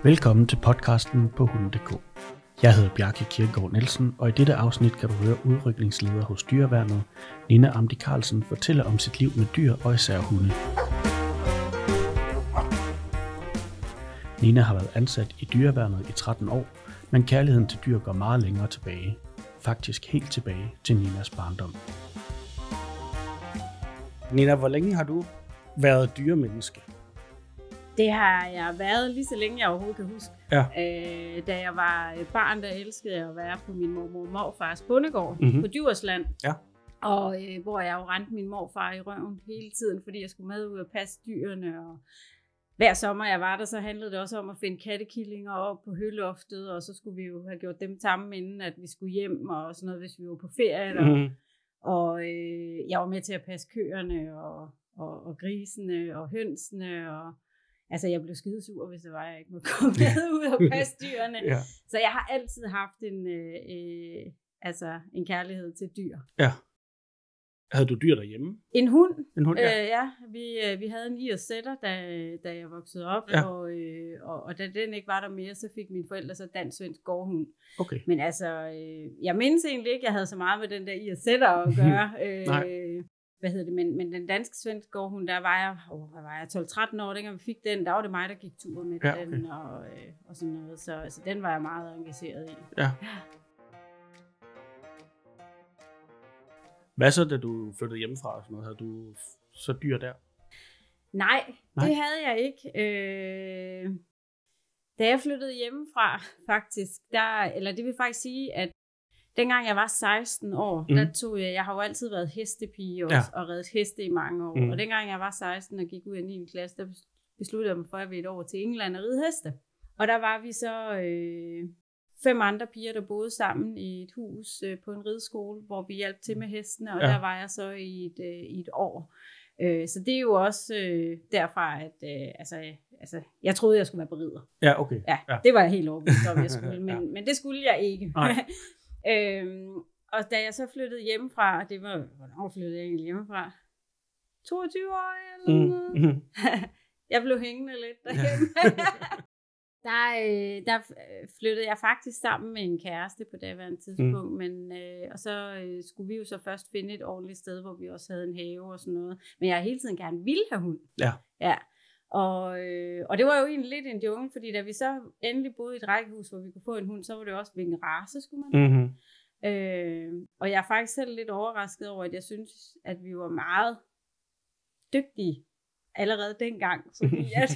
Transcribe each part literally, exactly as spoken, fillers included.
Velkommen til podcasten på hunde punktum d k. Jeg hedder Bjarke Kirkegaard Nielsen, og i dette afsnit kan du høre udrykningsleder hos Dyreværnet, Nina Amdi Carlsen, fortælle om sit liv med dyr og især hunde. Nina har været ansat i Dyreværnet i tretten år, men kærligheden til dyr går meget længere tilbage. Faktisk helt tilbage til Ninas barndom. Nina, hvor længe har du været dyremenneske? Det har jeg været lige så længe jeg overhovedet kan huske. Ja. Øh, da jeg var barn, der elskede jeg at være på min mormor og morfars bondegård mm-hmm. på Djursland. Ja. Og øh, hvor jeg jo rendte min morfar i røven hele tiden, fordi jeg skulle med ud og passe dyrene. Og hver sommer jeg var der, så handlede det også om at finde kattekillinger op på høloftet, og så skulle vi jo have gjort dem tamme, inden at vi skulle hjem og sådan noget, hvis vi var på ferie. Mm-hmm. Og øh, jeg var med til at passe køerne og, og, og grisene og hønsene og altså, jeg blev skidesur, hvis det var, jeg ikke måtte komme med ud og passe dyrene. Ja. Så jeg har altid haft en, øh, øh, altså, en kærlighed til dyr. Ja. Havde du dyr derhjemme? En hund. En hund, ja. Øh, ja, vi, øh, vi havde en irsk-setter, da, da jeg voksede op, ja. og, øh, og, og da den ikke var der mere, så fik mine forældre så dansk-svensk gårdhund. Okay. Men altså, øh, jeg mindes egentlig ikke, jeg havde så meget med den der irsk-setter at gøre. øh, Nej. Hvad hedder det, men, men den danske svenske gårdhund, der var jeg, oh, hvad var jeg tolv tretten år, dengang vi fik den, der var det mig, der gik tur med ja, okay. den, og, øh, og sådan noget, så altså, den var jeg meget engageret i. Ja. Hvad så, da du flyttede hjemmefra og sådan noget? Havde du så dyr der? Nej, Nej. det havde jeg ikke. Øh, da jeg flyttede hjemmefra, faktisk, der, eller det vil faktisk sige, at dengang jeg var seksten år, mm. der tog jeg, jeg har jo altid været hestepige også, ja. og reddet heste i mange år. Mm. Og dengang jeg var seksten og gik ud af niende klasse, der besluttede jeg mig for, at jeg ville et år til England og ride heste. Og der var vi så øh, fem andre piger, der boede sammen i et hus øh, på en rideskole, hvor vi hjalp til med hestene, og ja. der var jeg så i et, øh, i et år. Øh, så det er jo også øh, derfra, at øh, altså, altså, jeg troede, jeg skulle være berider. Ja, okay. Ja, ja. Det var jeg helt overbevist om, jeg skulle, men, ja. men det skulle jeg ikke. Øhm, og da jeg så flyttede hjemmefra, det var, hvornår flyttede jeg egentlig hjemmefra? toogtyve år eller noget. Mm. Mm. Jeg blev hængende lidt derhjemme. der, øh, der flyttede jeg faktisk sammen med en kæreste på daværende tidspunkt, mm. men, øh, og så øh, skulle vi jo så først finde et ordentligt sted, hvor vi også havde en have og sådan noget. Men jeg har hele tiden gerne ville have hund. Ja. Ja. Og, øh, og det var jo egentlig lidt en jungle, fordi da vi så endelig boede i et rækkehus, hvor vi kunne få en hund, så var det også, hvilken race skulle man have. Mm-hmm. Øh, og jeg er faktisk selv lidt overrasket over, at jeg synes, at vi var meget dygtige allerede dengang. Fordi at,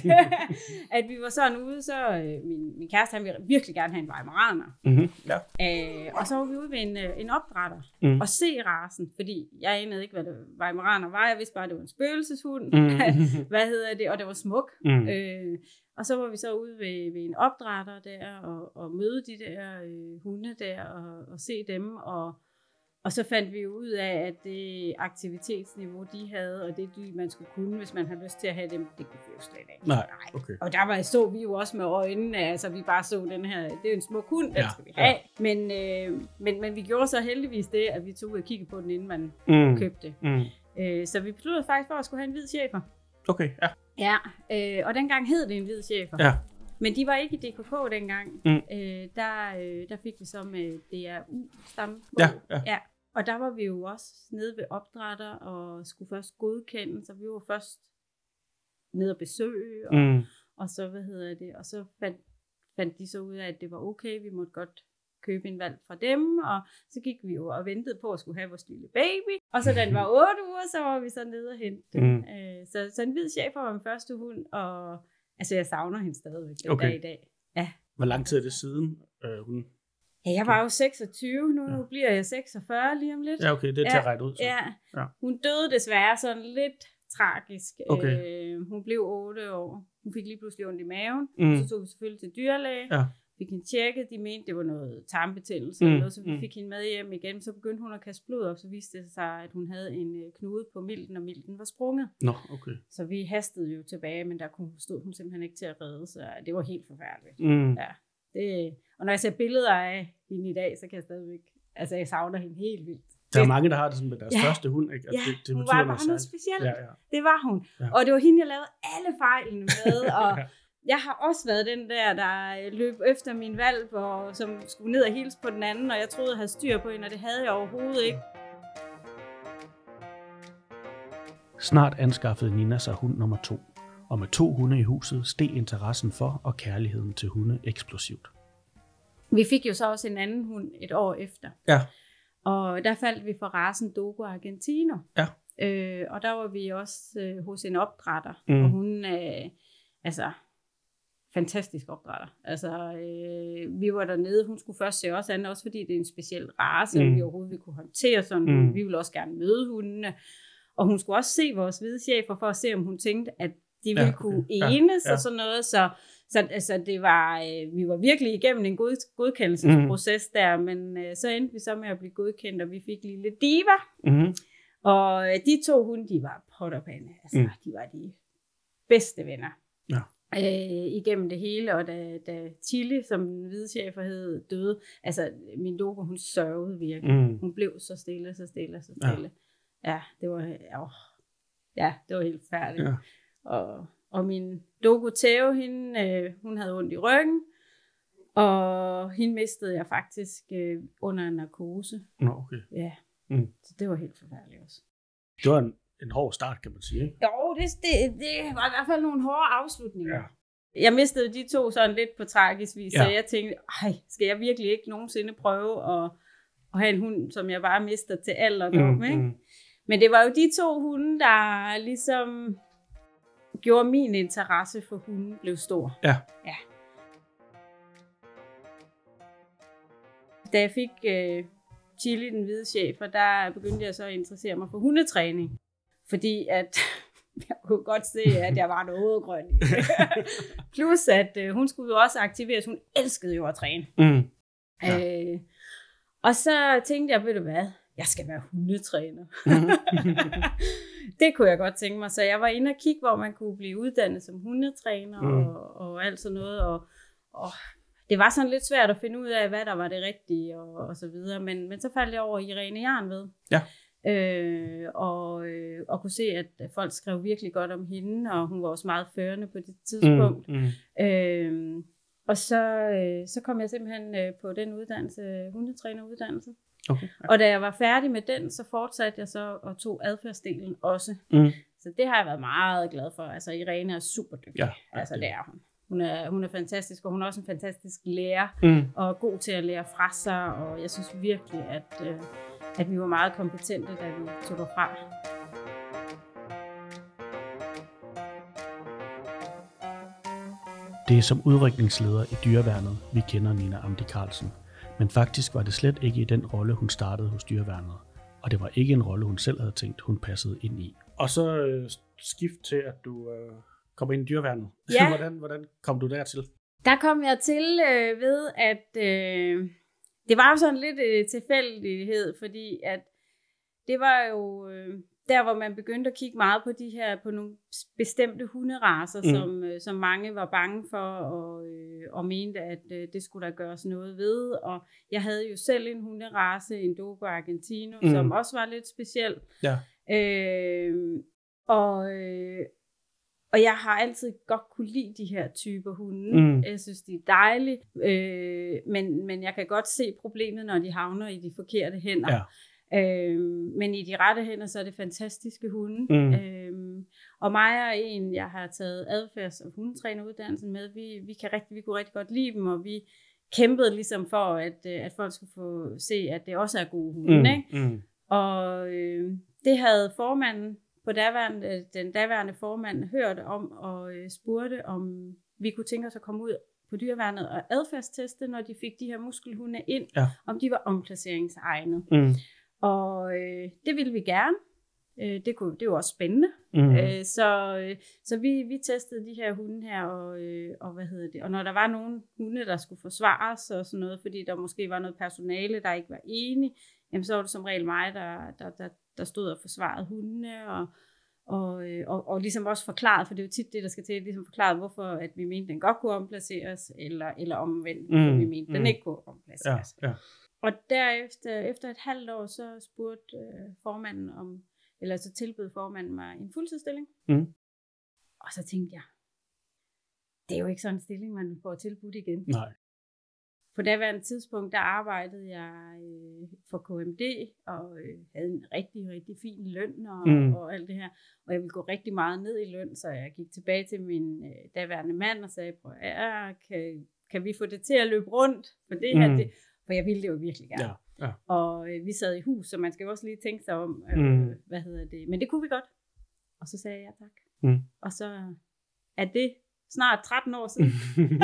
at vi var sådan ude, så øh, min, min kæreste, han ville virkelig gerne have en weimaraner. Mm-hmm. Ja. Øh, og så var vi ude ved en, en opdrætter mm. og se racen, fordi jeg anede ikke, hvad det weimaraner var. Jeg vidste bare, at det var en spøgelseshund. Mm. Hvad hedder det? Og det var smuk. Mm. Øh, og så var vi så ude ved, ved en opdrætter der og, og møde de der øh, hunde der og, og se dem og Og så fandt vi jo ud af, at det aktivitetsniveau, de havde, og det dyr, man skulle kunne, hvis man havde lyst til at have dem, det kunne vi jo slet ikke. Nej, okay. Og der var, så vi jo også med øjnene, altså vi bare så den her, det er jo en smuk hund, den ja, skal vi have. Ja. Men, øh, men, men vi gjorde så heldigvis det, at vi tog ud og kiggede på den, inden man mm. købte. Mm. Øh, så vi besluttede faktisk for at skulle have en hvid schæfer. Okay, ja. Ja, øh, og dengang hed det en hvid schæfer. Ja. Men de var ikke i D K K dengang. Mm. Øh, der, øh, der fik vi så med D R U-stamme. Ja, ja. ja. Og der var vi jo også nede ved opdrætter og skulle først godkende, så vi var først nede og besøge, og, mm. og så, hvad hedder det, og så fandt, fandt de så ud af, at det var okay, vi måtte godt købe en valg fra dem, og så gik vi jo og ventede på at skulle have vores lille baby, og så da den var otte uger, så var vi så nede og hente den. Mm. Øh, så, så en hvid schæfer var min første hund, og altså jeg savner hende stadigvæk den okay. dag i dag. Ja. Hvor lang tid er det siden, øh, hun... Ja, jeg var jo seksogtyve, nu ja. bliver jeg seksogfyrre lige om lidt. Ja, okay, det er til at regne ud. Så. Ja. ja, hun døde desværre sådan lidt tragisk. Okay. Øh, hun blev otte år. Hun fik lige pludselig ondt i maven. Mm. Så tog vi selvfølgelig til dyrlæge. Ja. Fik hende tjekket. De mente, det var noget tarmbetændelse. Mm. Eller noget, så vi fik hende med hjem igen. Så begyndte hun at kaste blod op. Så viste det sig, at hun havde en knude på milten, og milten var sprunget. Nå, okay. Så vi hastede jo tilbage, men der stod hun simpelthen ikke til at redde. Så det var helt forfærdeligt. Mm. Ja. Det, og når jeg ser billeder af hende i dag, så kan jeg stadigvæk, altså jeg savner hende helt vildt. Der er mange, der har det sådan med deres ja. første hund, ikke? Altså, ja, det, det hun var bare noget specielt. Ja, ja. Det var hun. Ja. Og det var hende, jeg lavede alle fejlene med, og, jeg har også været den der, der løb efter min valp, og som skulle ned og hilse på den anden, og jeg troede, jeg havde styr på hende, og det havde jeg overhovedet ikke. Snart anskaffede Nina sig hund nummer to, og med to hunde i huset steg interessen for og kærligheden til hunde eksplosivt. Vi fik jo så også en anden hund et år efter. Ja. Og der faldt vi for racen Dogo Argentino. Ja. Øh, og der var vi også øh, hos en opdrætter, Mm. og hun, øh, altså, fantastisk opdrætter. Altså, øh, vi var dernede, hun skulle først se os an, også fordi det er en speciel race, mm. vi overhovedet vi kunne håndtere sådan. Mm. Vi ville også gerne møde hundene. Og hun skulle også se vores hvide chefer for at se, om hun tænkte, at de ville ja, okay. kunne enes ja, ja. og sådan noget. Så, så altså, det var, øh, vi var virkelig igennem en god, godkendelsesproces mm. der, men øh, så endte vi så med at blive godkendt, og vi fik lille Diva. Mm. Og øh, de to hunde, de var pot og pande. Altså, mm. de var de bedste venner. Ja. Øh, igennem det hele, og da, da Chili, som den hvide chefer hed, døde, altså min Dogo, hun sørgede virkelig. Mm. Hun blev så stille, så stille, så stille. Ja, ja det var, åh, ja, det var helt færdigt. Ja. Og, og min Dogo Theo, hende, øh, hun havde ondt i ryggen, og hende mistede jeg faktisk øh, under en narkose. Nå, okay. Ja, mm. så det var helt forfærdeligt også. Det var en, en hård start, kan man sige, ikke? Jo, det, det, det var i hvert fald nogle hårde afslutninger. Ja. Jeg mistede de to sådan lidt på tragisk vis, ja. Så jeg tænkte, ej, skal jeg virkelig ikke nogensinde prøve at, at have en hund, som jeg bare mister til alderdom, mm, ikke? Mm. Men det var jo de to hunde, der ligesom gjorde min interesse for hunden blev stor. Ja. Ja. Da jeg fik uh, Chili, den hvide chefer, der begyndte jeg så at interessere mig for hundetræning. Fordi at jeg kunne godt se, at jeg var noget grøn i det. Plus at uh, hun skulle jo også aktiveres. Hun elskede jo at træne. Mm. Ja. Uh, og så tænkte jeg, ved du hvad, jeg skal være hundetræner. Det kunne jeg godt tænke mig. Så jeg var inde og kigge, hvor man kunne blive uddannet som hundetræner mm. og, og alt sådan noget. Og, og det var sådan lidt svært at finde ud af, hvad der var det rigtige og, og så videre. Men, men så faldt jeg over Irene Jernved. Ja. Øh, og, øh, og kunne se, at folk skrev virkelig godt om hende, og hun var også meget førende på det tidspunkt. Mm. Mm. Øh, og så, øh, så kom jeg simpelthen øh, på den uddannelse, hundetræneruddannelse. Okay, ja. Og da jeg var færdig med den, så fortsatte jeg så og tog adfærdsdelen også. Mm. Så det har jeg været meget glad for. Altså Irene er super dygtig. Ja, altså det er hun. Hun er, hun er fantastisk, og hun er også en fantastisk lærer, mm. og god til at lære fra sig, og jeg synes virkelig, at, øh, at vi var meget kompetente, da vi tog derfra. Det er som udrykningsleder i dyreværnet, vi kender Nina Amdi Carlsen. Men faktisk var det slet ikke i den rolle, hun startede hos dyreværnet. Og det var ikke en rolle, hun selv havde tænkt, hun passede ind i. Og så øh, skift til, at du øh, kom ind i dyreværnet. Ja. hvordan, hvordan kom du dertil? Der kom jeg til øh, ved, at øh, det var jo sådan lidt øh, tilfældighed, fordi at det var jo øh, der, hvor man begyndte at kigge meget på de her, på nogle bestemte hunderacer, mm. som, øh, som mange var bange for, og, øh, og mente, at øh, det skulle der gøres noget ved. Og jeg havde jo selv en hunderace, en Dogo Argentino, mm. som også var lidt speciel. Ja. Øh, og, øh, og jeg har altid godt kunne lide de her typer hunde. Mm. Jeg synes, de er dejlige, øh, men, men jeg kan godt se problemet, når de havner i de forkerte hænder. Ja. Øhm, men i de rette hænder, så er det fantastiske hunde. Mm. Øhm, og mig og en, jeg har taget adfærds- og hundetræneruddannelsen med, vi, vi, kan rigtig, vi kunne rigtig godt lide dem, og vi kæmpede ligesom for, at, at folk skulle få se, at det også er gode hunde. Mm. Ikke? Mm. Og øh, det havde formanden på daværende, den daværende formand hørt om, og øh, spurgte, om vi kunne tænke os at komme ud på dyreværnet og adfærdsteste, når de fik de her muskelhunde ind, ja. Om de var omplaceringsegnede. Mm. Og øh, det ville vi gerne. Øh, det, kunne, det var også spændende. Mm. Øh, så øh, så vi, vi testede de her hunde her, og, øh, og hvad hedder det? Og når der var nogle hunde, der skulle forsvares og sådan noget, fordi der måske var noget personale, der ikke var enige, jamen så var det som regel mig, der, der, der, der stod og forsvarede hundene, og, og, øh, og, og ligesom også forklaret, for det er jo tit det, der skal til, ligesom forklaret, hvorfor at vi mente, den godt kunne omplaceres, eller, eller omvendt, hvorfor mm. vi mente, mm. den ikke kunne omplaceres. Ja, ja. Og derefter, efter et halvt år, så spurgte øh, formanden om, eller så tilbød formanden mig en fuldtidsstilling. Mm. Og så tænkte jeg, det er jo ikke sådan en stilling, man får tilbudt igen. Nej. På daværende tidspunkt, der arbejdede jeg øh, for K M D, og øh, havde en rigtig, rigtig fin løn og, mm. og alt det her. Og jeg ville gå rigtig meget ned i løn, så jeg gik tilbage til min øh, daværende mand og sagde, prøv at kan, kan vi få det til at løbe rundt? For det her, mm. det, for jeg ville det jo virkelig gerne. Ja, ja. Og øh, vi sad i hus, så man skal jo også lige tænke sig om, øh, mm. hvad hedder det. Men det kunne vi godt. Og så sagde jeg ja tak. Mm. Og så er det snart tretten år siden.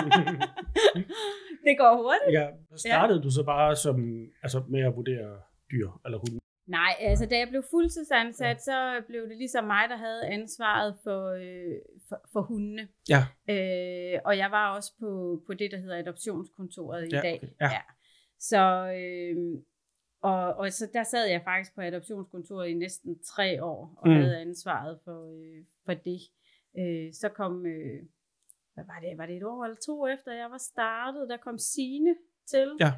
Det går hurtigt. Ja, startede ja. du så bare som, altså med at vurdere dyr eller hunde? Nej, altså da jeg blev fuldtidsansat, ja. så blev det ligesom mig, der havde ansvaret for, øh, for, for hundene. Ja. Øh, og jeg var også på, på det, der hedder adoptionskontoret i ja, dag. Okay. Ja. Ja. Så, øh, og, og så der sad jeg faktisk på adoptionskontoret i næsten tre år, og mm. havde ansvaret for, øh, for det. Øh, så kom... Øh, Hvad var det? Var det et år eller to efter, jeg var startet? Der kom Signe til ja.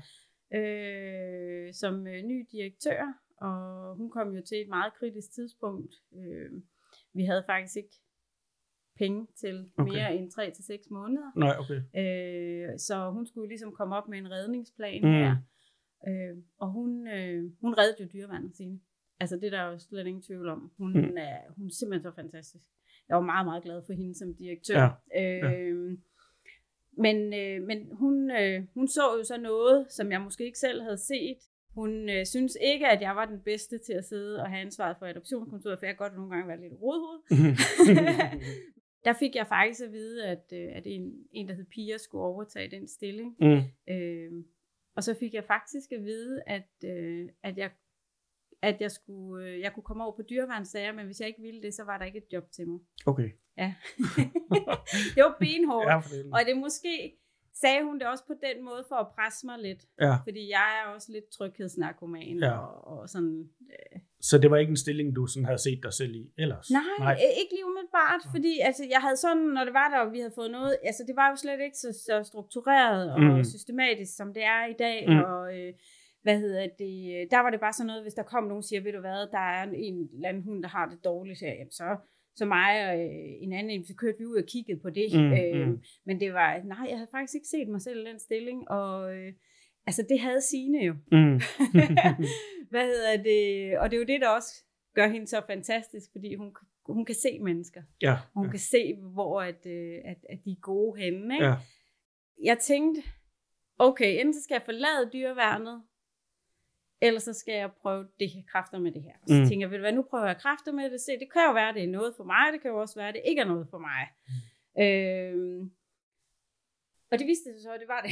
øh, som øh, ny direktør, og hun kom jo til et meget kritisk tidspunkt. Øh, vi havde faktisk ikke penge til okay. mere end tre til seks måneder. Nej, okay. Øh, så hun skulle ligesom komme op med en redningsplan mm. her. Øh, og hun, øh, hun reddede jo dyreværnet, Signe. Altså det der er jo slet ingen tvivl om. Hun, mm. er, hun er simpelthen så fantastisk. Jeg var meget, meget glad for hende som direktør. Ja. Øh, ja. Men, øh, men hun, øh, hun så jo så noget, som jeg måske ikke selv havde set. Hun øh, synes ikke, at jeg var den bedste til at sidde og have ansvaret for adoptionskontoret, for jeg kan godt nogle gange være lidt rodhoved. Der fik jeg faktisk at vide, at, øh, at en, en, der hed Pia, skulle overtage den stilling. Mm. Øh, og så fik jeg faktisk at vide, at, øh, at jeg at jeg skulle, jeg kunne komme over på dyreværnssager, men hvis jeg ikke ville det, så var der ikke et job til mig. Okay. Ja. Det var benhårdt. Ja, og det måske sagde hun det også på den måde for at presse mig lidt. Ja. Fordi jeg er også lidt tryghedsnarkoman. Ja. Og, og sådan, øh. Så det var ikke en stilling, du sådan havde set dig selv i ellers? Nej, Nej. ikke lige umiddelbart. Ja. Fordi altså, jeg havde sådan, når det var der, og vi havde fået noget, altså det var jo slet ikke så, så struktureret og mm. systematisk, som det er i dag. Mm. Og øh, hvad hedder det, der var det bare sådan noget, hvis der kom nogen og siger, ved du hvad, der er en eller anden hund, der har det dårligt her, jamen så, så mig og en anden, så kørte vi ud og kiggede på det. Mm, øh, mm. Men det var, nej, jeg havde faktisk ikke set mig selv i den stilling, og øh, altså det havde Signe jo. Mm. Hvad hedder det, og det er jo det, der også gør hende så fantastisk, fordi hun, hun kan se mennesker. Ja, hun ja. kan se, hvor at, at, at de er gode henne. Ikke? Ja. Jeg tænkte, okay, enten så skal jeg forlade dyreværnet, eller så skal jeg prøve det her, kræfter med det her. Og så mm. tænker jeg, ved du hvad, nu prøver jeg kræfter med det. Se, det kan jo være, det er noget for mig. Det kan jo også være, det ikke er noget for mig. Mm. Øhm, og det viste sig så, at det var det.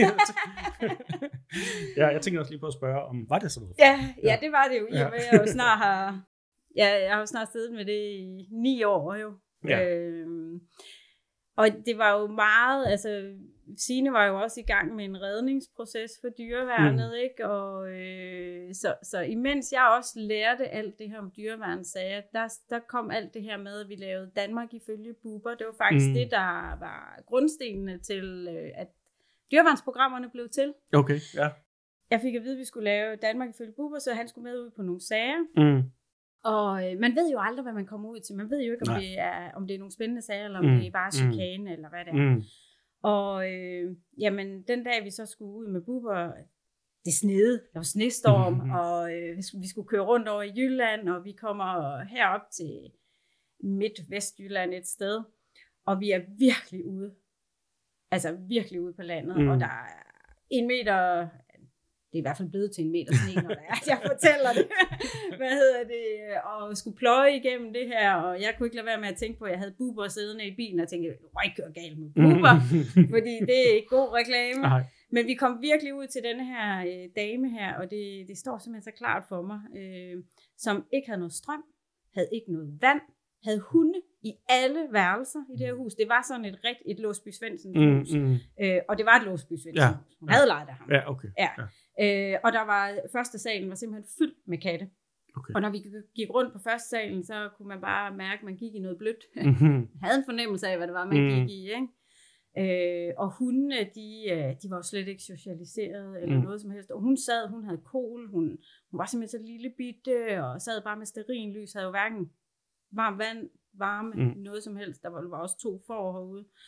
Ja, jeg tænker også lige på at spørge, om var det sådan noget? Ja, ja, ja, det var det jo. I og med, jeg jo snart har, ja, jeg har jo snart siddet med det i ni år jo. Ja. Øhm, og det var jo meget, altså Signe var jo også i gang med en redningsproces for dyreværnet, mm. ikke? Og øh, så, så imens jeg også lærte alt det her om dyreværnssager, der, der kom alt det her med, at vi lavede Danmark ifølge Bubber. Det var faktisk mm. det, der var grundstenene til, øh, at dyreværnsprogrammerne blev til. Okay, ja. Jeg fik at vide, at vi skulle lave Danmark ifølge Bubber, så han skulle med ud på nogle sager. Mm. Og øh, man ved jo aldrig, hvad man kommer ud til. Man ved jo ikke, om, det er, om det er nogle spændende sager, eller om mm. det er bare chikane, mm. eller hvad det er. Mm. Og øh, jamen, den dag vi så skulle ud med Bubber, det snede, der var snestorm, mm-hmm. og øh, vi skulle køre rundt over i Jylland, og vi kommer herop til Midt-Vestjylland et sted, og vi er virkelig ude, altså virkelig ude på landet, mm. og der er en meter, det er i hvert fald blevet til en meter sne, når er, jeg fortæller det, hvad hedder det, og skulle pløje igennem det her, og jeg kunne ikke lade være med at tænke på, at jeg havde Bubber siddende i bilen, og tænkte, du må ikke køre galt med Bubber, fordi det er ikke god reklame. Ej. Men vi kom virkelig ud til denne her øh, dame her, og det, det står simpelthen så klart for mig, øh, som ikke havde noget strøm, havde ikke noget vand, havde hunde i alle værelser i det her hus. Det var sådan et rigt, et Låsby Svendsen hus, mm, mm. Øh, og det var et Låsby Svendsen ja, hus. Hun ja. havde lejet af ham. Ja, okay. Ja. Ja. Øh, og der var, første salen var simpelthen fyldt med katte. Okay. Og når vi gik rundt på første salen, så kunne man bare mærke, at man gik i noget blødt. Mm-hmm. havde en fornemmelse af, hvad det var, man mm. gik i, ikke? Øh, og hundene, de, de var jo slet ikke socialiseret eller mm. noget som helst. Og hun sad, hun havde kol, hun, hun var simpelthen så lille bitte, og sad bare med stearinlys, havde jo hverken varmt vand, varme, mm. noget som helst. Der var, var også to får herude.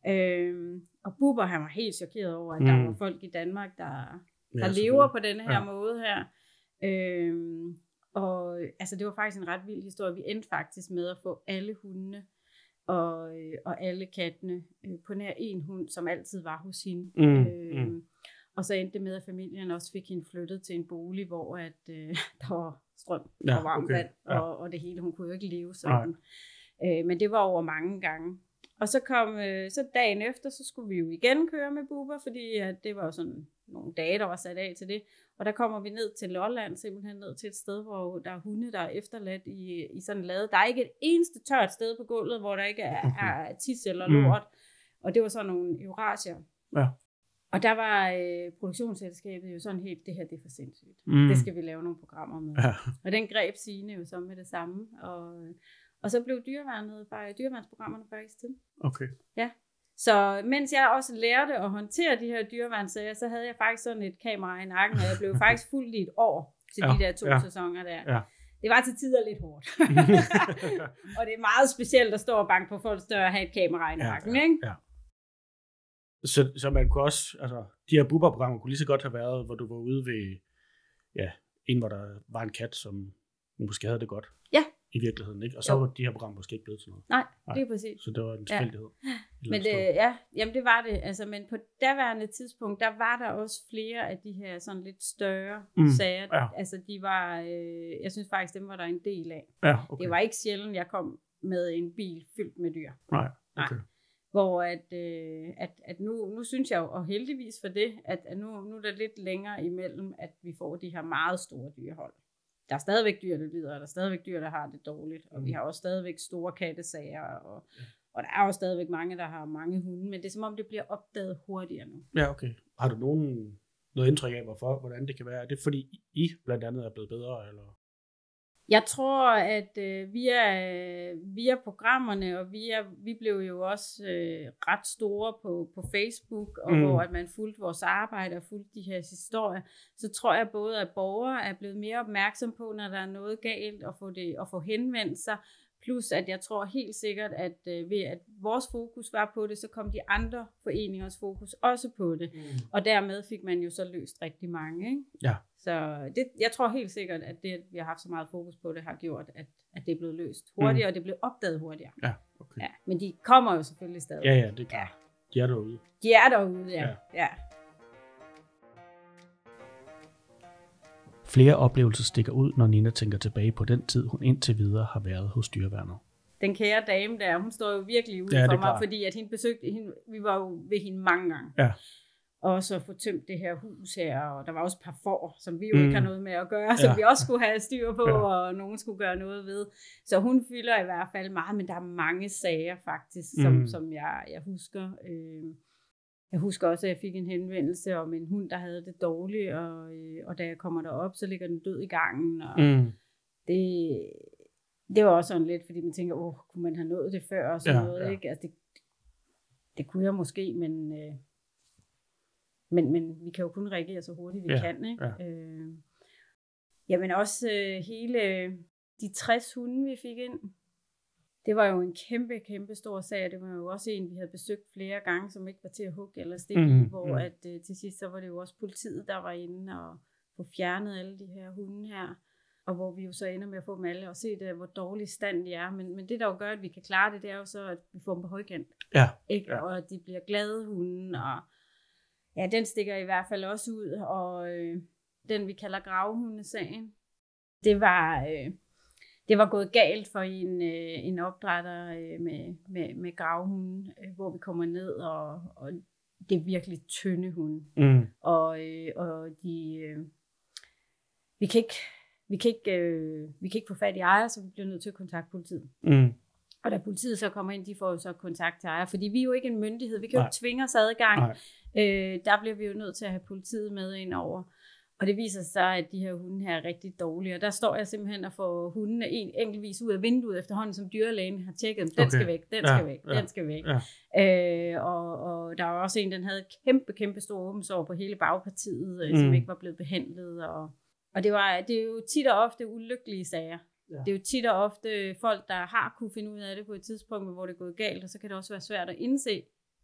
Øhm, og Bubber, han var helt chokeret over, at mm. der var folk i Danmark, der, der ja, lever på denne her ja. måde her. Øhm, og altså, det var faktisk en ret vild historie. Vi endte faktisk med at få alle hundene og, og alle kattene øh, på nær en hund, som altid var hos hende. Mm. Øhm, mm. Og så endte det med, at familien også fik hende flyttet til en bolig, hvor at, øh, der var strøm ja, og varmt okay. vand ja. og, og det hele. Hun kunne jo ikke leve sådan. Øh, men det var over mange gange. Og så kom øh, så dagen efter, så skulle vi jo igen køre med Bubber, fordi at det var jo sådan nogle dage, der var sat af til det. Og der kommer vi ned til Lolland, simpelthen ned til et sted, hvor der er hunde, der er efterladt i, i sådan en lade. Der er ikke et eneste tørt sted på gulvet, hvor der ikke er, er tis eller lort. Mm. Og det var sådan nogle eurasier. Ja. Og der var øh, produktionsselskabet jo sådan helt, det her det er for sindssygt. Mm. Det skal vi lave nogle programmer med. Ja. Og den greb Signe jo så med det samme. Og, og så blev dyreværnet, dyreværnsprogrammerne faktisk til. Okay. Ja. Så mens jeg også lærte at håndtere de her dyreværnssager, så havde jeg faktisk sådan et kamera i nakken, og jeg blev faktisk fuldt i et år til ja. de der to ja. sæsoner der. Ja. Det var til tider lidt hårdt. Og det er meget specielt at stå og banke på folks dør og have et kamera i nakken, ja, ja, ikke? Ja. Så, så man kunne også, altså, de her Bubber-programmer kunne lige så godt have været, hvor du var ude ved, ja, en, hvor der var en kat, som måske havde det godt. Ja. I virkeligheden, ikke? Og så jo. var de her programmer måske ikke blevet til noget. Nej, Nej. det er præcis. Så det var en tilfældighed. Ja. Men det, ja, jamen det var det. Altså, men på daværende tidspunkt, der var der også flere af de her sådan lidt større mm. sager. Ja. Altså, de var, øh, jeg synes faktisk, dem var der en del af. Ja, okay. Det var ikke sjældent, jeg kom med en bil fyldt med dyr. Nej, okay. Nej. Hvor at, øh, at, at nu, nu synes jeg jo, og heldigvis for det, at, at nu, nu er der lidt længere imellem, at vi får de her meget store dyrehold. Der er stadigvæk dyr, der lider, og der er stadigvæk dyr, der har det dårligt, og mm. vi har også stadigvæk store kattesager, og, ja. og der er også stadigvæk mange, der har mange hunde, men det er som om, det bliver opdaget hurtigere nu. Ja, okay. Har du nogen, noget indtryk af, hvorfor, hvordan det kan være? Er det fordi I blandt andet er blevet bedre, eller? Jeg tror, at øh, via, via programmerne, og via, vi blev jo også øh, ret store på, på Facebook, og mm. hvor at man fulgte vores arbejde og fulgte de her historier, så tror jeg både, at borgere er blevet mere opmærksom på, når der er noget galt, og få, det, og få henvendt sig. Plus at jeg tror helt sikkert, at øh, ved at vores fokus var på det, så kom de andre foreningers fokus også på det. Mm. Og dermed fik man jo så løst rigtig mange. Ikke? Ja. Så det, jeg tror helt sikkert, at det, at vi har haft så meget fokus på det, har gjort, at, at det er blevet løst hurtigere, mm. og det blev opdaget hurtigere. Ja, okay. Ja, men de kommer jo selvfølgelig stadig. Ja, ja, det er klart. Ja. De er derude. De er derude, ja. ja. ja. Flere oplevelser stikker ud, når Nina tænker tilbage på den tid, hun indtil videre har været hos dyreværnet. Den kære dame der, hun står jo virkelig ude ja, for mig, klart. Fordi at hende besøgte, hende, vi var jo ved hende mange gange. Ja. Og så få tømt det her hus her, og der var også et par får, som vi jo mm. ikke har noget med at gøre, som ja. vi også skulle have styr på, ja. og nogen skulle gøre noget ved. Så hun fylder i hvert fald meget, men der er mange sager faktisk, som, mm. som jeg, jeg husker. Øh, Jeg husker også, at jeg fik en henvendelse om en hund, der havde det dårligt, og, øh, og da jeg kommer derop, så ligger den død i gangen. Og mm. det, det var også sådan lidt, fordi man tænker, åh, kunne man have nået det før? Og sådan ja, noget, ja. Ikke? Altså, det, det kunne jeg måske, men, øh, men, men vi kan jo kun reagere så hurtigt, vi ja, kan. Ikke? Ja. Øh, jamen også øh, hele de tres hunde, vi fik ind. Det var jo en kæmpe, kæmpe stor sag, det var jo også en, vi havde besøgt flere gange, som ikke var til at hugge eller stikke mm, i, hvor mm. at, uh, til sidst så var det jo også politiet, der var inde og få fjernet alle de her hunde her, og hvor vi jo så ender med at få dem alle og se det, hvor dårlig stand de er, men, men det der jo gør, at vi kan klare det, det er jo så, at vi får dem på højkant, ja, ikke? Ja. Og at de bliver glade hunde, og ja, den stikker i hvert fald også ud, og øh, den vi kalder gravehundesagen, det var... Øh, Det var gået galt for en, øh, en opdrætter øh, med, med, med gravhunde, øh, hvor vi kommer ned, og, og det er virkelig tynde hunde. Mm. Og, øh, og de, øh, vi, kan ikke, vi, kan ikke, øh, vi kan ikke få fat i ejer, så vi bliver nødt til at kontakte politiet. Mm. Og da politiet så kommer ind, de får jo så kontakt til ejer, fordi vi er jo ikke en myndighed, vi kan jo ikke tvinge os adgang. Øh, der bliver vi jo nødt til at have politiet med ind over. Og det viser sig, at de her hunde her er rigtig dårlige. Og der står jeg simpelthen og får hundene en enkeltvis ud af vinduet efterhånden, som dyrlægen har tjekket dem. Den okay. skal væk, den ja, skal væk, ja, den skal væk. Ja. Øh, og, og der var også en, den havde kæmpe, kæmpe stor åbensår på hele bagpartiet, mm. som ikke var blevet behandlet. Og, og det, var, det er jo tit og ofte ulykkelige sager. Ja. Det er jo tit og ofte folk, der har kunne finde ud af det på et tidspunkt, hvor det er gået galt. Og så kan det også være svært at indse,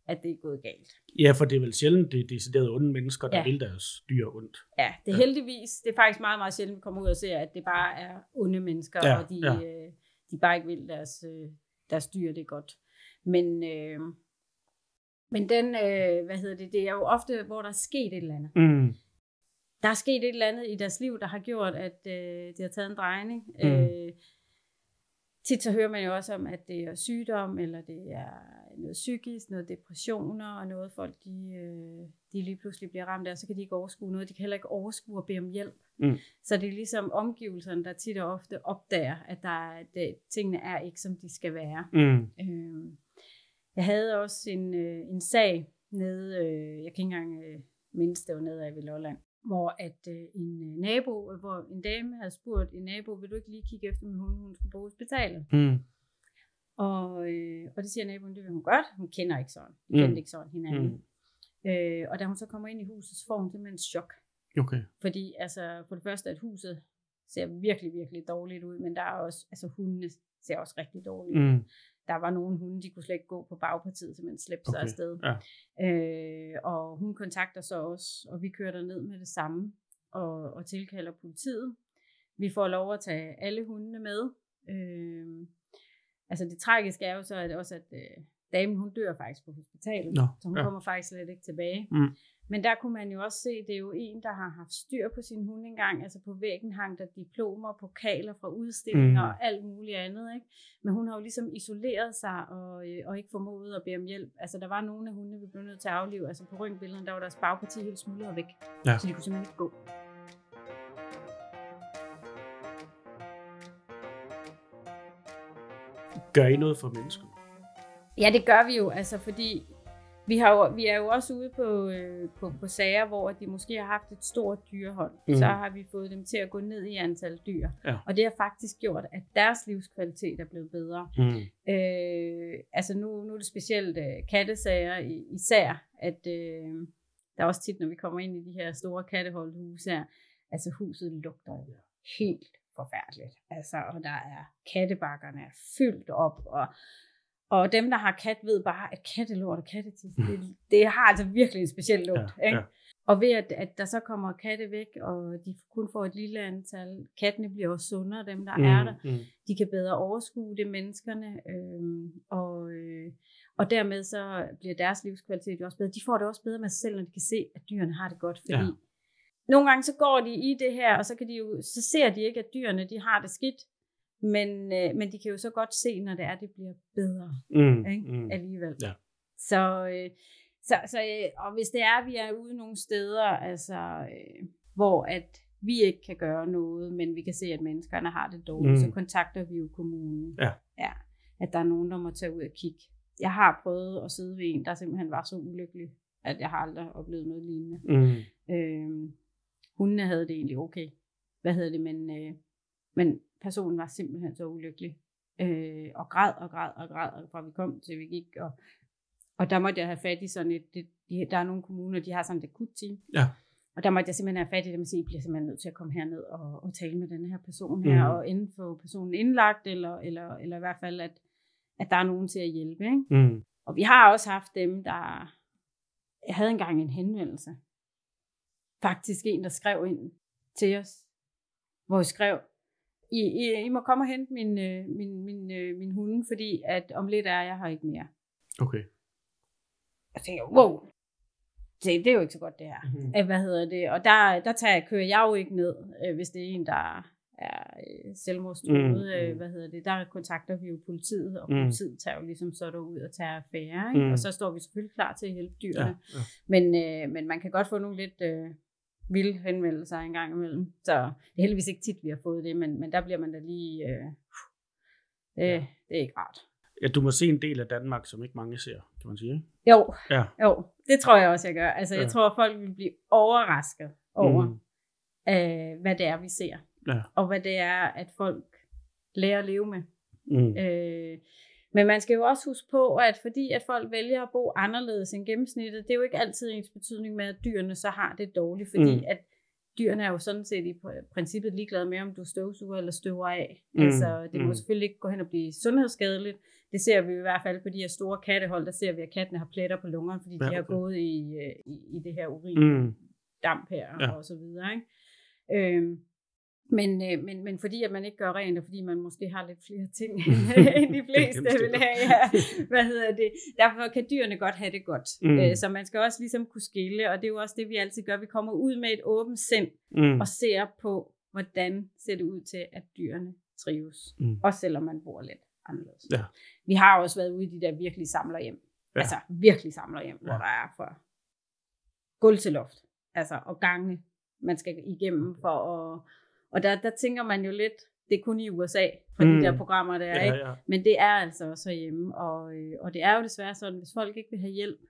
at det er gået galt. Ja, for det er vel sjældent, det er decideret onde mennesker, der ja. vil deres dyr ondt. Ja, det er ja. heldigvis, det er faktisk meget, meget sjældent, vi kommer ud og ser, at det bare er onde mennesker, ja, og de, ja. øh, de bare ikke vil deres, øh, deres dyr det godt. Men, øh, men den, øh, hvad hedder det, det er jo ofte, hvor der er sket et eller andet. Mm. Der er sket et eller andet i deres liv, der har gjort, at øh, det har taget en drejning. Mm. Øh, tit så hører man jo også om, at det er sygdom, eller det er noget psykisk, noget depressioner, og noget folk, de, øh, de lige pludselig bliver ramt af, og så kan de ikke overskue noget. De kan heller ikke overskue at bede om hjælp. Mm. Så det er ligesom omgivelserne, der tit og ofte opdager, at der, det, tingene er ikke, som de skal være. Mm. Øh, jeg havde også en, øh, en sag nede, øh, jeg kan ikke engang øh, mindst, det var nede af ved Lolland, hvor at øh, en nabo, hvor en dame havde spurgt en nabo, vil du ikke lige kigge efter min hund, hun skulle på hospitalet? Mm. Og, øh, og det siger naboen, det vil hun godt. Hun kender ikke sådan. Hun kendte mm. ikke sådan hinanden. Mm. Øh, og da hun så kommer ind i huset, så får hun simpelthen chok. Okay. Fordi altså, for det første, at huset ser virkelig, virkelig dårligt ud, men der er også, altså hundene ser også rigtig dårligt ud. Mm. Der var nogle hunde, de kunne slet ikke gå på bagpartiet, så man slæbte okay. sig afsted. Ja. Øh, og hun kontakter så os, og vi kører derned med det samme, og, og tilkalder politiet. Vi får lov at tage alle hundene med. Øh, altså det tragiske er jo så at også, at øh, damen, hun dør faktisk på hospitalet, no. så hun ja. kommer faktisk slet ikke tilbage. Mm. Men der kunne man jo også se, det er jo en, der har haft styr på sin hund engang. Altså på væggen hang der diplomer, pokaler fra udstillinger mm. og alt muligt andet. Ikke? Men hun har jo ligesom isoleret sig og, øh, og ikke formået at bede om hjælp. Altså der var nogle af hundene, vi blev nødt til at aflive. Altså på røntgenbillederne, der var deres bagparti helt smuldret væk. Ja. Så de kunne simpelthen ikke gå. Gør I noget for mennesker? Ja, det gør vi jo. Altså fordi... Vi, har jo, vi er jo også ude på, øh, på, på sager, hvor de måske har haft et stort dyrehold. Mm. Så har vi fået dem til at gå ned i antal dyr. Ja. Og det har faktisk gjort, at deres livskvalitet er blevet bedre. Mm. Øh, altså nu, nu er det specielt øh, kattesager især, at øh, der er også tit, når vi kommer ind i de her store katteholdhuse her, altså huset lugter jo helt forfærdeligt. Altså, og der er kattebakkerne er fyldt op, og Og dem, der har kat, ved bare, at kattelort og kattetis, det, det har altså virkelig en speciel lugt. Ja, ikke? Ja. Og ved, at, at der så kommer katte væk, og de kun får et lille antal, kattene bliver også sundere, dem der mm, er der. Mm. De kan bedre overskue det, menneskerne. Øhm, og, øh, og dermed så bliver deres livskvalitet jo også bedre. De får det også bedre med sig selv, når de kan se, at dyrene har det godt. Fordi ja. nogle gange så går de i det her, og så, kan de jo, så ser de ikke, at dyrene de har det skidt. Men, øh, men de kan jo så godt se, når det er, det bliver bedre mm, ikke? Mm. alligevel. Ja. Så, øh, så, så øh, og hvis det er, at vi er ude nogle steder, altså, øh, hvor at vi ikke kan gøre noget, men vi kan se, at menneskerne har det dårligt, mm. så kontakter vi jo kommunen. Ja. Ja, at der er nogen, der må tage ud og kigge. Jeg har prøvet at sidde ved en, der simpelthen var så ulykkelig, at jeg har aldrig oplevet noget lignende. Mm. Øh, hundene havde det egentlig okay. Hvad hedder det, men... Øh, men personen var simpelthen så ulykkelig, øh, og græd og græd og græd, fra vi kom til vi gik, og, og der måtte jeg have fat i sådan et, det, de, der er nogle kommuner, de har sådan et akutteam, ja. og der måtte jeg simpelthen have fat i dem og sige, I bliver simpelthen nødt til at komme herned og, og tale med den her person her, mm. og enten få personen indlagt, eller, eller, eller i hvert fald, at, at der er nogen til at hjælpe. Ikke? Mm. Og vi har også haft dem, der, jeg havde engang en henvendelse, faktisk en, der skrev ind til os, hvor jeg skrev, I, I, I må komme og hente min, min, min, min hunde, fordi at om lidt er jeg her ikke mere. Okay. Jeg tænker, wow, det, det er jo ikke så godt det her. Mm-hmm. Hvad hedder det? Og der, der tager jeg, kører jeg jo ikke ned, hvis det er en, der er selvmordstruet. Mm-hmm. Hvad hedder det? Der kontakter vi jo politiet, og politiet mm. tager jo ligesom så derud og tager affære. Ikke? Mm. Og så står vi selvfølgelig klar til at hjælpe dyrene. Ja, ja. Men, øh, men man kan godt få nogle lidt... Øh, vilde henvendelser en gang imellem. Så det er heldigvis ikke tit, vi har fået det, men, men der bliver man da lige... Øh, det, ja. det er ikke rart. Ja, du må se en del af Danmark, som ikke mange ser, kan man sige. Jo, ja. jo det tror jeg også, jeg gør. Altså, ja. Jeg tror, at folk vil blive overrasket over, mm. øh, hvad det er, vi ser. Ja. Og hvad det er, at folk lærer at leve med. Mm. Øh, Men man skal jo også huske på, at fordi at folk vælger at bo anderledes end gennemsnittet, det er jo ikke altid ens betydning med, at dyrene så har det dårligt, fordi mm. at dyrene er jo sådan set i princippet ligeglade med, om du støvsuger eller støver af. Mm. Altså, det må mm. selvfølgelig ikke gå hen og blive sundhedsskadeligt. Det ser vi i hvert fald på de her store kattehold, der ser vi, at kattene har pletter på lungerne, fordi ja, okay. de har gået i, i, i det her urindamp her mm. ja. og så videre. Ikke? Øhm, men, øh, men, men fordi at man ikke gør rent, og fordi man måske har lidt flere ting end de fleste vil have, ja, hvad hedder det? Derfor kan dyrene godt have det godt. Mm. Øh, så man skal også ligesom kunne skille, og det er jo også det, vi altid gør. Vi kommer ud med et åbent sind mm. og ser på, hvordan ser det ud til, at dyrene trives. Mm. Også selvom man bor lidt anderledes. Ja. Vi har også været ude i de der virkelig samlerhjem. Ja. Altså virkelig samlerhjem, ja. Hvor der er fra gulv til loft. Altså og gange, man skal igennem for at... Og der, der tænker man jo lidt, det er kun i U S A, for mm. de der programmer der, ja, ikke? Ja. Men det er altså også hjemme, og, og det er jo desværre sådan, hvis folk ikke vil have hjælp,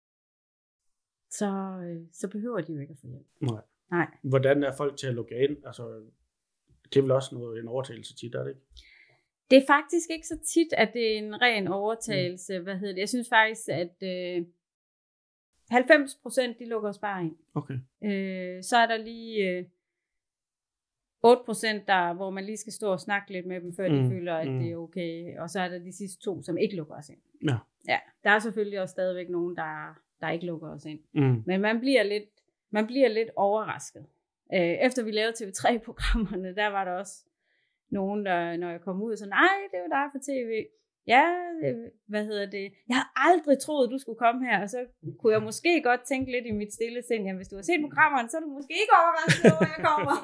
så, så behøver de jo ikke at få hjælp. Nej. Nej. Hvordan er folk til at lukke ind? Altså, det er vel også noget, en overtagelse tit, er det ikke? Det er faktisk ikke så tit, at det er en ren overtagelse. Mm. Hvad hedder det? Jeg synes faktisk, at øh, halvfems procent de lukker os bare ind. Okay. Øh, så er der lige... Øh, otte procent der, hvor man lige skal stå og snakke lidt med dem, før de mm, føler, at mm. det er okay. Og så er der de sidste to, som ikke lukker os ind. Ja. Ja, der er selvfølgelig også stadigvæk nogen, der, der ikke lukker os ind. Mm. Men man bliver lidt, man bliver lidt overrasket. Efter vi lavede T V tre-programmerne, der var der også nogen, der, når jeg kom ud, så nej, det er jo dig fra T V. Ja, hvad hedder det? Jeg har aldrig troet, du skulle komme her, og så kunne jeg måske godt tænke lidt i mit stille sind, jamen hvis du har set programmerne, så er du måske ikke overrasket over, at jeg kommer.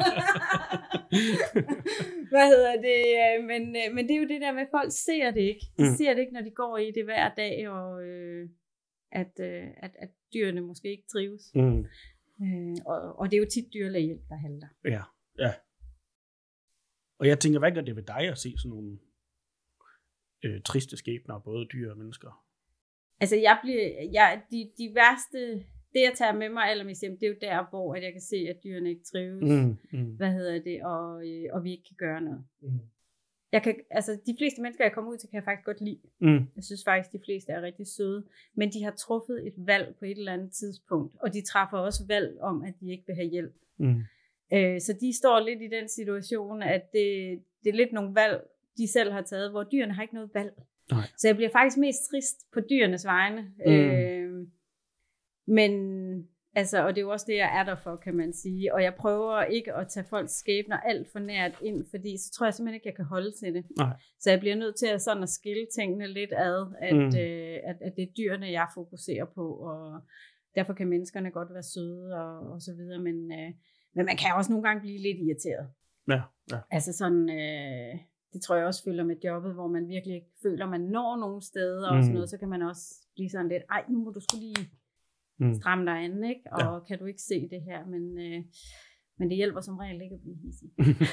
Hvad hedder det? Men, men det er jo det der med, at folk ser det ikke. De mm. ser det ikke, når de går i det hver dag, og øh, at, øh, at, at dyrene måske ikke trives. Mm. Øh, og, og det er jo tit dyrlægehjælp, der halter. Ja, ja. Og jeg tænker, hvad gør det ved dig at se sådan nogle Øh, triste skæbner, både dyr og mennesker? Altså, jeg bliver, jeg, de, de værste, det jeg tager med mig allermest hjem, det er jo der, hvor at jeg kan se, at dyrene ikke trives. Mm, mm. Hvad hedder det? Og, øh, og vi ikke kan gøre noget. Mm. Jeg kan, altså, de fleste mennesker, jeg kommer ud til, kan jeg faktisk godt lide. Mm. Jeg synes faktisk, de fleste er rigtig søde. Men de har truffet et valg på et eller andet tidspunkt. Og de træffer også valg om, at de ikke vil have hjælp. Mm. Øh, så de står lidt i den situation, at det, det er lidt nogle valg, de selv har taget, hvor dyrene har ikke noget valg. Nej. Så jeg bliver faktisk mest trist på dyrenes vegne. Mm. Øh, men, altså, og det er jo også det, jeg er der for, kan man sige. Og jeg prøver ikke at tage folks skæbner alt for nært ind, fordi så tror jeg simpelthen ikke, jeg kan holde til det. Nej. Så jeg bliver nødt til at, sådan at skille tingene lidt ad, at, mm. øh, at, at det er dyrene, jeg fokuserer på, og derfor kan menneskerne godt være søde, og, og så videre, men, øh, men man kan også nogle gange blive lidt irriteret. Ja, ja. Altså sådan... Øh, det tror jeg også følger med jobbet, hvor man virkelig ikke føler, man når nogle steder og sådan noget, så kan man også blive sådan lidt, ej, nu må du skulle lige mm. stramme dig an, ikke? Og ja. Kan du ikke se det her? Men, øh, men det hjælper som regel ikke at blive hissig.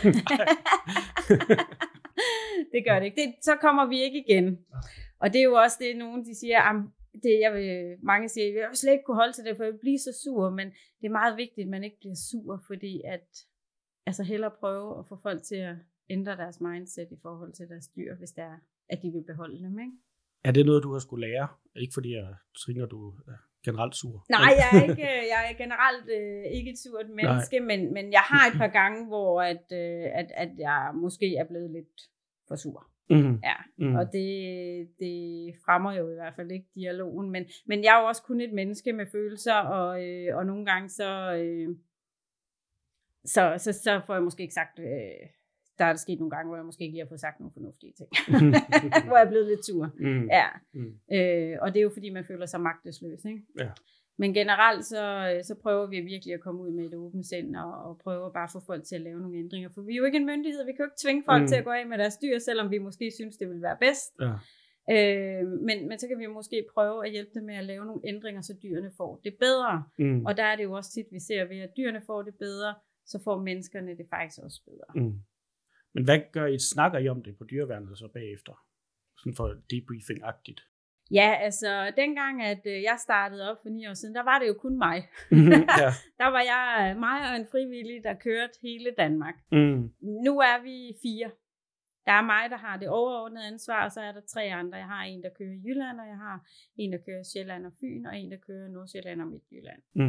Det gør det ikke. Det, så kommer vi ikke igen. Og det er jo også det, nogen de siger, det, jeg vil, mange siger, jeg vil slet ikke kunne holde til det, for jeg vil blive så sur, men det er meget vigtigt, at man ikke bliver sur, fordi at, altså hellere prøve at få folk til at ændre deres mindset i forhold til deres dyr, hvis det er, at de vil beholde dem, ikke? Er det noget, du har skulle lære? Ikke fordi jeg tænker, du er generelt sur. Nej, jeg er, ikke, jeg er generelt øh, ikke et surt menneske, men, men jeg har et par gange, hvor at, øh, at, at jeg måske er blevet lidt for sur. Mm-hmm. Ja, mm-hmm. Og det, det fremmer jo i hvert fald ikke dialogen, men, men jeg er jo også kun et menneske med følelser, og, øh, og nogle gange så, øh, så, så, så får jeg måske ikke sagt... Øh, der er der sket nogle gange, hvor jeg måske ikke lige har fået sagt nogle fornuftige ting. Hvor jeg er blevet lidt sur. Mm. Ja. Mm. Øh, og det er jo fordi, man føler sig magtesløs. Ikke? Ja. Men generelt, så, så prøver vi virkelig at komme ud med et åbent sind, og, og prøver bare at få folk til at lave nogle ændringer. For vi er jo ikke en myndighed. Vi kan jo ikke tvinge folk mm. til at gå af med deres dyr, selvom vi måske synes, det vil være bedst. Ja. Øh, men, men så kan vi måske prøve at hjælpe dem med at lave nogle ændringer, så dyrene får det bedre. Mm. Og der er det jo også tit, vi ser ved, at dyrene får det bedre, så får menneskerne det faktisk også bedre. Mm. Men hvad gør I? Snakker I om det på dyreværnet så bagefter? Sådan for debriefing-agtigt. Ja, altså dengang, at jeg startede op for ni år siden, der var det jo kun mig. Ja. Der var jeg mig og en frivillig, der kørte hele Danmark. Mm. Nu er vi fire. Der er mig, der har det overordnede ansvar, og så er der tre andre. Jeg har en, der kører i Jylland, og jeg har en, der kører Sjælland og Fyn, og en, der kører Nordsjælland og Midtjylland. Mm.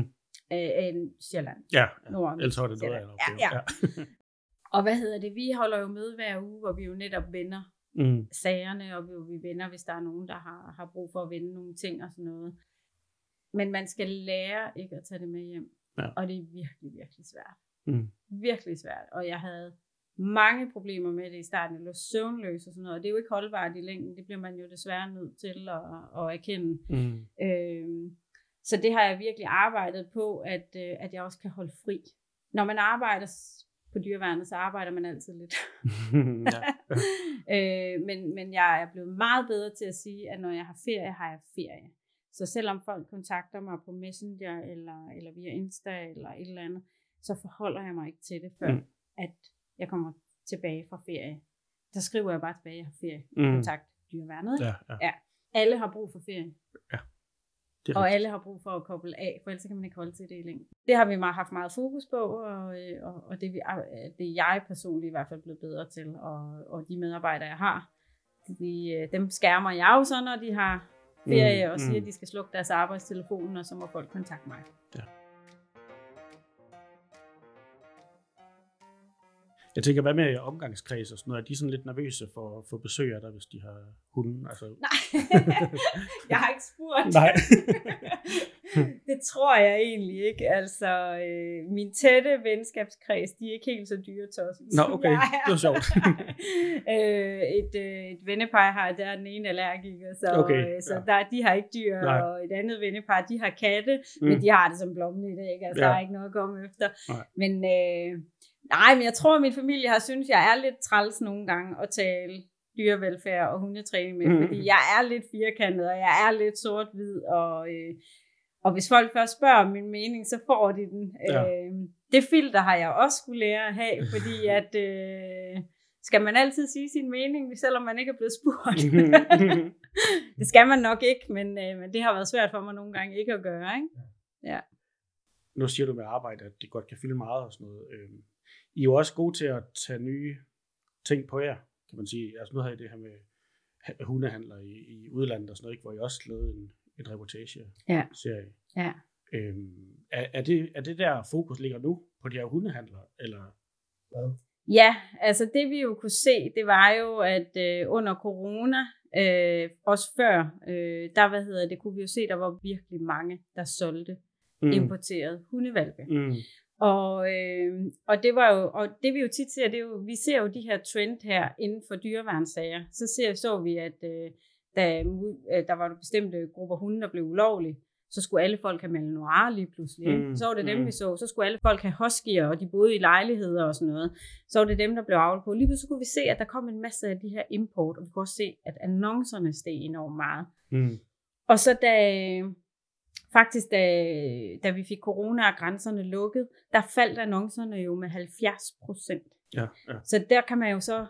end Sjælland. Ja, ja. ellers var det noget af en opgave. Ja, ja. ja. Og hvad hedder det? Vi holder jo møde hver uge, hvor vi jo netop vender mm. sagerne, og vi, vi vender, hvis der er nogen, der har, har brug for at vende nogle ting og sådan noget. Men man skal lære ikke at tage det med hjem. Ja. Og det er virkelig, virkelig svært. Mm. Virkelig svært. Og jeg havde mange problemer med det i starten. Jeg lå søvnløs og sådan noget. Og det er jo ikke holdbart i længden. Det bliver man jo desværre nødt til at, at erkende. Mm. Øhm, så det har jeg virkelig arbejdet på, at, at jeg også kan holde fri. Når man arbejder på dyreværnet, så arbejder man altid lidt. øh, men, men jeg er blevet meget bedre til at sige, at når jeg har ferie, har jeg ferie. Så selvom folk kontakter mig på Messenger, eller, eller via Insta, eller et eller andet, så forholder jeg mig ikke til det, før mm. at jeg kommer tilbage fra ferie. Så skriver jeg bare tilbage, at jeg har ferie. Mm. Kontakt dyreværnet. Ja, ja. Ja. Alle har brug for ferie. Ja. Og alle har brug for at koble af, for ellers kan man ikke holde til det i længden. Det har vi meget, haft meget fokus på, og, og, og det, vi, det er jeg personligt i hvert fald blevet bedre til, og, og de medarbejdere, jeg har, de, dem skærmer jeg jo så, når de har ferie, mm, og siger, mm. at de skal slukke deres arbejdstelefon, og så må folk kontakte mig. Ja. Jeg tænker, hvad med omgangskreds og sådan noget? Er de sådan lidt nervøse for at få besøg af dig, hvis de har hunden? Altså... Nej, jeg har ikke spurgt. Nej. Det tror jeg egentlig ikke. Altså, øh, min tætte venskabskreds, de er ikke helt så dyretosset. Nå, okay. Det var sjovt. øh, et, øh, et vennepar har, der er den ene allergiker, så, okay, øh, så ja. der, de har ikke dyr, Nej. Og et andet vennepar, de har katte, mm. men de har det som blommen i det, ikke? Altså, ja. Der er ikke noget at komme efter. Nej. Men... Øh, Nej, men jeg tror, at min familie har synes, jeg er lidt træls nogle gange at tale dyrevelfærd og hundetræning med, mm. fordi jeg er lidt firkantet, og jeg er lidt sort-hvid, og, øh, og hvis folk først spørger om min mening, så får de den. Ja. Øh, det filter har jeg også skulle lære at have, fordi at øh, skal man altid sige sin mening, selvom man ikke er blevet spurgt? Det skal man nok ikke, men, øh, men det har været svært for mig nogle gange ikke at gøre, ikke? Ja. Nu siger du med arbejde, at det godt kan fylde meget og sådan noget. Øh. I er jo også gode til at tage nye ting på jer, kan man sige. Altså nu har I det her med hundehandlere i, i udlandet og sådan noget, ikke? Hvor I også lavede en, en reportage-serie. Ja. Ja. Øhm, er, er, det, er det der fokus ligger nu på de her hundehandlere, eller hvad? Ja, altså det vi jo kunne se, det var jo, at øh, under corona, øh, også før, øh, der hvad hedder det, kunne vi jo se, der var virkelig mange, der solgte mm. importerede hundevalpe. Mm. Og, øh, og det var jo, og det vi jo tit ser, det er jo, vi ser jo de her trend her inden for dyreværnssager. Så ser, så vi, at øh, da der var bestemte grupper hunde, der blev ulovlige, så skulle alle folk have Malinois lige pludselig. Mm, så var det dem, mm. vi så. Så skulle alle folk have huskyer, og de boede i lejligheder og sådan noget. Så var det dem, der blev avlet på. Lige pludselig kunne vi se, at der kom en masse af de her import, og vi kunne også se, at annoncerne steg enormt meget. Mm. Og så da... Faktisk, da, da vi fik corona og grænserne lukket, der faldt annoncerne jo med halvfjerds procent. Ja, ja. Så der kan man jo så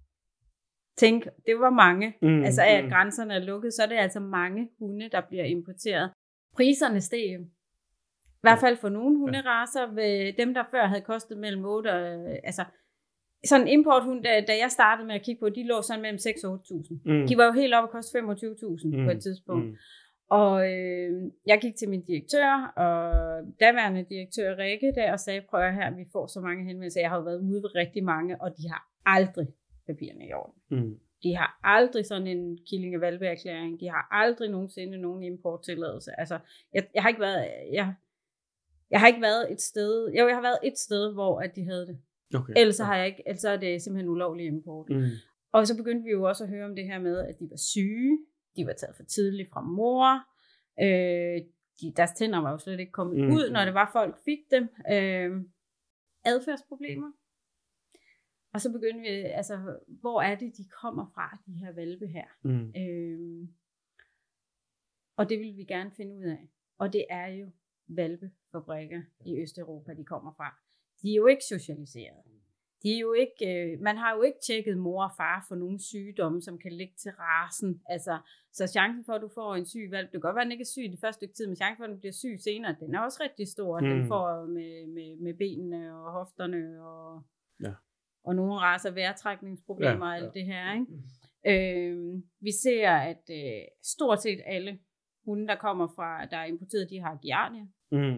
tænke, det var mange. Mm, altså af mm. grænserne er lukket, så er det altså mange hunde, der bliver importeret. Priserne steg jo. I hvert fald for nogle hunderacer, ved dem der før havde kostet mellem otte og... Altså, sådan en importhund, da, da jeg startede med at kigge på, de lå sådan mellem seks og otte tusind. Mm. De var jo helt oppe og kostede femogtyve tusind mm. på et tidspunkt. Mm. Og øh, jeg gik til min direktør, og daværende direktør Rikke der, og sagde, prøv at her, vi får så mange henvendelser. Jeg har jo været ude ved rigtig mange, og de har aldrig papirerne i orden. Mm. De har aldrig sådan en killingevalpeerklæring. De har aldrig nogensinde nogen importtilladelse. Altså, jeg, jeg har ikke været, jeg, jeg har ikke været et sted, jo, jeg har været et sted, hvor at de havde det. Okay. Ellers har jeg ikke, ellers er det simpelthen ulovlig import. Mm. Og så begyndte vi jo også at høre om det her med, at de var syge. De var taget for tidligt fra mor. Øh, de, deres tænder var jo slet ikke kommet mm. ud, når det var, folk fik dem. Øh, adfærdsproblemer. Og så begyndte vi, altså, hvor er det, de kommer fra, de her valpe her? Mm. Øh, og det vil vi gerne finde ud af. Og det er jo valpefabrikker i Østeuropa, de kommer fra. De er jo ikke socialiseret. De er jo ikke, øh, man har jo ikke tjekket mor og far for nogle sygdomme, som kan ligge til racen. Altså, så chancen for, at du får en syg valp, det kan godt være, at den ikke er syg det første stykke tid, men chancen for, at den bliver syg senere, den er også rigtig stor. Mm. Den får med, med, med benene og hofterne og, ja. og nogle racer vejrtrækningsproblemer og ja, ja. alt det her. Ikke? Mm. Øh, vi ser, at øh, stort set alle hunde, der kommer fra, der er importeret, de har giardia. Mm.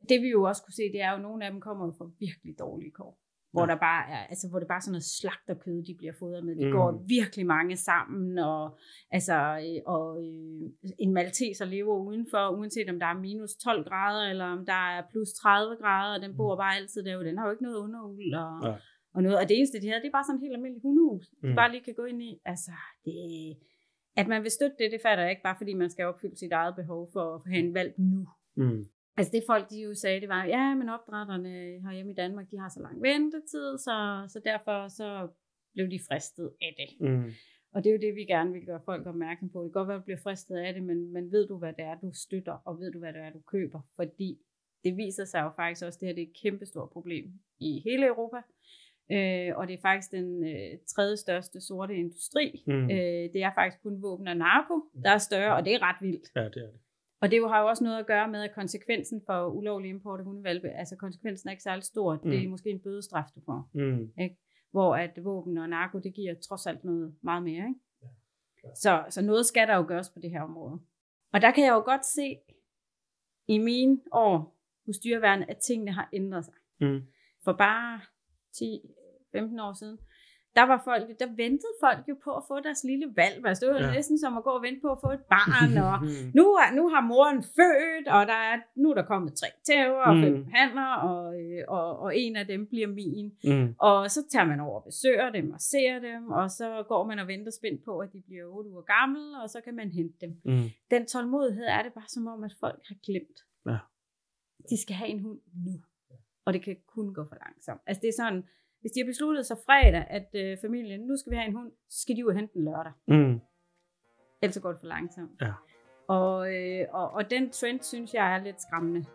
det vi jo også kunne se, det er jo, at nogle af dem kommer jo fra virkelig dårlige kår. Hvor, ja. der bare er, altså, hvor det bare er sådan noget slagterkød, de bliver fodret med. De mm. går virkelig mange sammen, og, altså, og øh, en malteser lever udenfor, uanset om der er minus tolv grader, eller om der er plus tredive grader, og den bor bare altid derude. Den har jo ikke noget underuld, og, ja. og noget. Og det eneste, de havde, det er bare sådan en helt almindelig hundehus, mm. de bare lige kan gå ind i. Altså, det, at man vil støtte det, det fatter jeg ikke, bare fordi man skal opfylde sit eget behov for at have en valg nu. Mm. Altså det folk, de jo sagde, det var, ja, men opdrætterne herhjemme i Danmark, de har så lang ventetid, så, så derfor så blev de fristet af det. Mm. Og det er jo det, vi gerne vil gøre folk opmærksom på. Det kan godt være, at du bliver fristet af det, men, men ved du, hvad det er, du støtter, og ved du, hvad det er, du køber? Fordi det viser sig jo faktisk også, at det her det er et kæmpestort problem i hele Europa. Øh, og det er faktisk den øh, tredje største sorte industri. Mm. Øh, det er faktisk kun våben og narko, der er større, og det er ret vildt. Ja, det er det. Og det har jo også noget at gøre med, at konsekvensen for ulovlig import af hundevalpe, altså konsekvensen er ikke særlig stor. Mm. Det er måske en bødestraf, du får. Mm. Ikke? Hvor at våben og narko, det giver trods alt noget meget mere. Ikke? Ja. Ja. Så, så noget skal der jo gøres på det her område. Og der kan jeg jo godt se i mine år hos dyreværnet, at tingene har ændret sig. Mm. For bare ti til femten år siden, der var folk, der ventede folk jo på at få deres lille valp. Altså, det var ja. næsten som at gå og vente på at få et barn. Og nu, er, nu har moren født, og der er, nu er der kommet tre tæver og fem mm. hanner, og, og, og en af dem bliver min. Mm. Og så tager man over og besøger dem og ser dem, og så går man og venter spændt på, at de bliver otte uger gamle, og så kan man hente dem. Mm. Den tålmodighed er det bare som om, at folk har glemt. Ja. De skal have en hund nu, og det kan kun gå for langsomt. Altså det er sådan, hvis de har besluttet sig fredag, at øh, familien, nu skal vi have en hund, så skal de jo hente den lørdag. Mm. Ellers går det for langsomt. Ja. Og, øh, og, og den trend, synes jeg, er lidt skræmmende.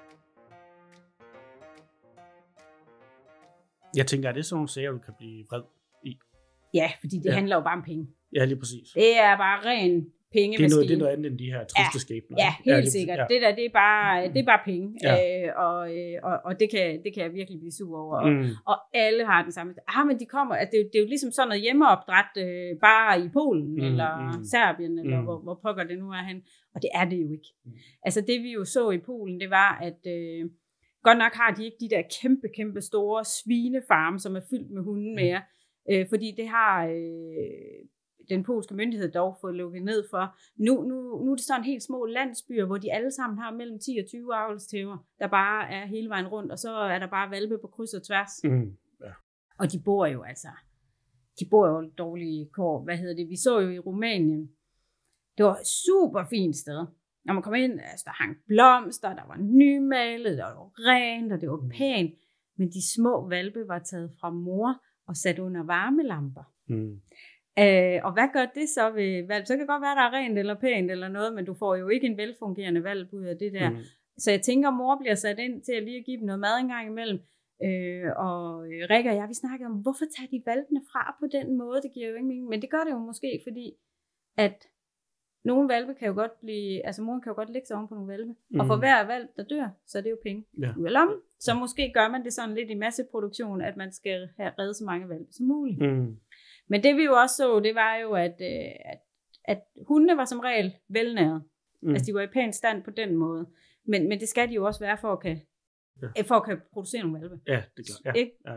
Jeg tænker, er det sådan nogle sager, du kan blive vred i? Ja, fordi det ja. handler jo bare om penge. Ja, lige præcis. Det er bare ren pengemaskine. Det er noget, det er noget andet end de her triste skæbner. Ja, helt ja, lige, sikkert. Ja. Det der, det er bare, det er bare penge. Ja. Øh, og og, og det, kan, det kan jeg virkelig blive sur over. Og, mm. og alle har den samme. Ah, men de kommer, at det, det er jo ligesom sådan noget hjemmeopdræt, øh, bare i Polen, mm. eller mm. Serbien, eller mm. hvor, hvor pokker det nu er hen. Og det er det jo ikke. Mm. Altså det vi jo så i Polen, det var, at øh, godt nok har de ikke de der kæmpe, kæmpe store svinefarme, som er fyldt med hunden mere. Mm. Øh, fordi det har... Øh, den polske myndighed dog fået lukket ned for. Nu, nu, nu er det sådan helt små landsbyer, hvor de alle sammen har mellem ti og tyve avlstæver, der bare er hele vejen rundt, og så er der bare valpe på kryds og tværs. Mm, ja. Og de bor jo altså, de bor jo dårlige kår. Hvad hedder det? Vi så jo i Rumænien. Det var et super fint sted. Når man kom ind, altså der hang blomster, der var nymalet, der var rent, og det var pænt. Men de små valpe var taget fra mor og sat under varmelamper. Mm. Øh, og hvad gør det så ved valp? Så kan det godt være, der er rent eller pænt eller noget, men du får jo ikke en velfungerende valp ud af det der. Mm. Så jeg tænker, at mor bliver sat ind til at lige give dem noget mad en gang imellem. Øh, og Rikke og jeg, vi snakkede om, hvorfor tager de valpene fra på den måde? Det giver jo ingen mening. Men det gør det jo måske, fordi at nogle valpe kan jo godt blive, altså moren kan jo godt lægge sig oven på nogle valpe. Mm. Og for hver valp, der dør, så er det jo penge ja. ud af lommen. Så måske gør man det sådan lidt i masseproduktion, at man skal have reddet så mange valpe som muligt. Mm. Men det vi jo også så, det var jo, at, at, at hundene var som regel velnæret. Mm. Altså de var i pæn stand på den måde. Men, men det skal de jo også være for at kan, ja. for at kan producere nogle valpe. Ja, det er klart. Ja. Ja, ja.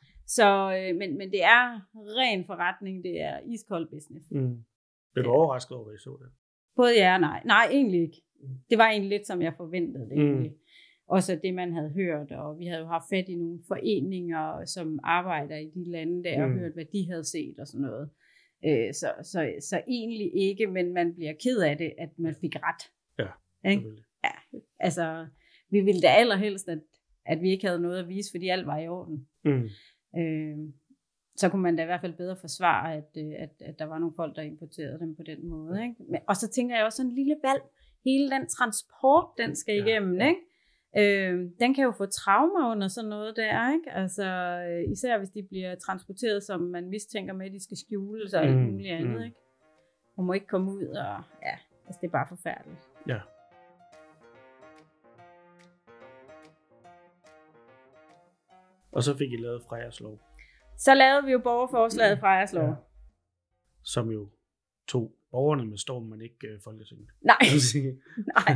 Så, men, men det er ren forretning, det er iskold business. Mm. Blev du ja. overrasket over, at I så det? Både ja og nej. Nej, egentlig ikke. Det var egentlig lidt, som jeg forventede det. Mm. Også det, man havde hørt, og vi havde jo haft fat i nogle foreninger, som arbejder i de lande der, og mm. hørt, hvad de havde set og sådan noget. Øh, så, så, så egentlig ikke, men man bliver ked af det, at man fik ret. Ja, ikke? Ja, altså, vi ville da allerhelst, at, at vi ikke havde noget at vise, fordi alt var i orden. Mm. Øh, så kunne man da i hvert fald bedre forsvare, at, at, at der var nogle folk, der importerede dem på den måde. Ikke? Men, og så tænker jeg også, sådan en lille valg, hele den transport, den skal igennem, ja. ikke? Øh, den kan jo få traumer under sådan noget der, ikke? Altså, især hvis de bliver transporteret, som man mistænker med, at de skal skjule sig og alt muligt andet, mm. ikke? Hun må ikke komme ud, og ja, altså det er bare forfærdeligt. Ja. Og så fik I lavet Frejas lov. Så lavede vi jo borgerforslaget Frejas lov. Ja. Som jo tog borgerne med storm, men ikke øh, Folketinget. Nej, nej.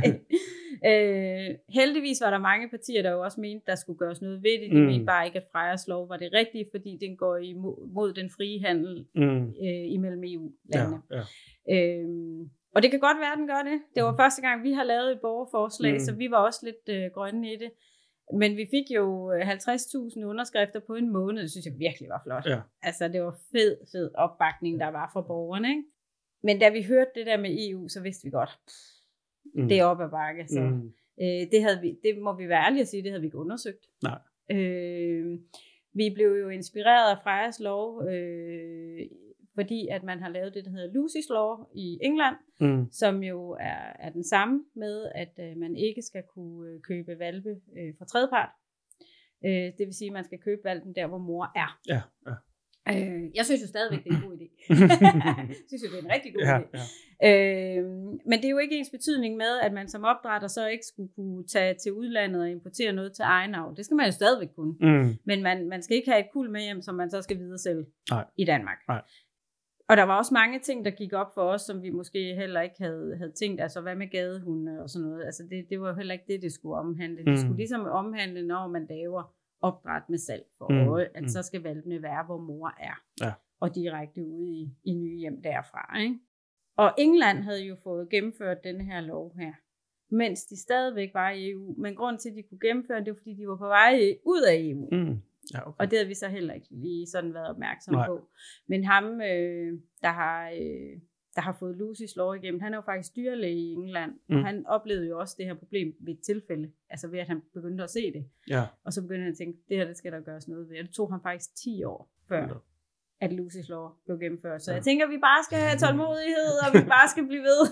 Øh, heldigvis var der mange partier, der jo også mente, der skulle gøres noget ved det. De mm. mente bare ikke, at Freyers lov var det rigtige, fordi den går imod mod den frie handel mm. øh, imellem E U-landene. Ja, ja. Øh, og det kan godt være, at den gør det. Det var mm. første gang, vi har lavet et borgerforslag, mm. så vi var også lidt øh, grønne i det. Men vi fik jo halvtreds tusind underskrifter på en måned. Det synes jeg virkelig var flot. Ja. Altså, det var fed, fed opbakning, der var fra borgerne, ikke? Men da vi hørte det der med E U, så vidste vi godt, mm. det er op ad bakke. Så mm. øh, det, havde vi, det må vi være ærlige at sige, det havde vi ikke undersøgt. Nej. Øh, vi blev jo inspireret af Freyers lov, øh, fordi at man har lavet det, der hedder Lucy's Law i England, mm. som jo er, er den samme med, at øh, man ikke skal kunne øh, købe hvalpe øh, fra tredjepart. Øh, det vil sige, at man skal købe hvalpen der, hvor mor er. Ja, ja. Øh, jeg synes jo stadigvæk, det er en god idé. Jeg synes jo, det er en rigtig god ja, idé. Ja. Øh, men det er jo ikke ens betydning med, at man som opdrætter så ikke skulle kunne tage til udlandet og importere noget til egen avl. Det skal man jo stadigvæk kunne. Mm. Men man, man skal ikke have et kuld med hjem, som man så skal videre selv Nej. i Danmark. Nej. Og der var også mange ting, der gik op for os, som vi måske heller ikke havde, havde tænkt. Altså, hvad med gadehunde og sådan noget. Altså, det, det var jo heller ikke det, det skulle omhandle. Det skulle mm. ligesom omhandle, når man laver opdræt med salg for mm. øje, at mm. så skal hvalpene være, hvor mor er. Ja. Og direkte ude i, i nye hjem derfra. Ikke? Og England havde jo fået gennemført den her lov her, mens de stadigvæk var i E U. Men grunden til, at de kunne gennemføre det, det var, fordi de var på vej ud af E U. Mm. Ja, okay. Og det havde vi så heller ikke lige sådan været opmærksomme på. Men ham, øh, der, har, øh, der har fået Lucy's lov igennem, han er jo faktisk dyrlæge i England, mm. og han oplevede jo også det her problem ved et tilfælde, altså ved at han begyndte at se det. Ja. Og så begyndte han at tænke, det her det skal der gøres noget ved. Og det tog han faktisk ti år før, ja. at Lucy's lov blev gennemført. Så ja. jeg tænker, at vi bare skal have tålmodighed, og vi bare skal blive ved.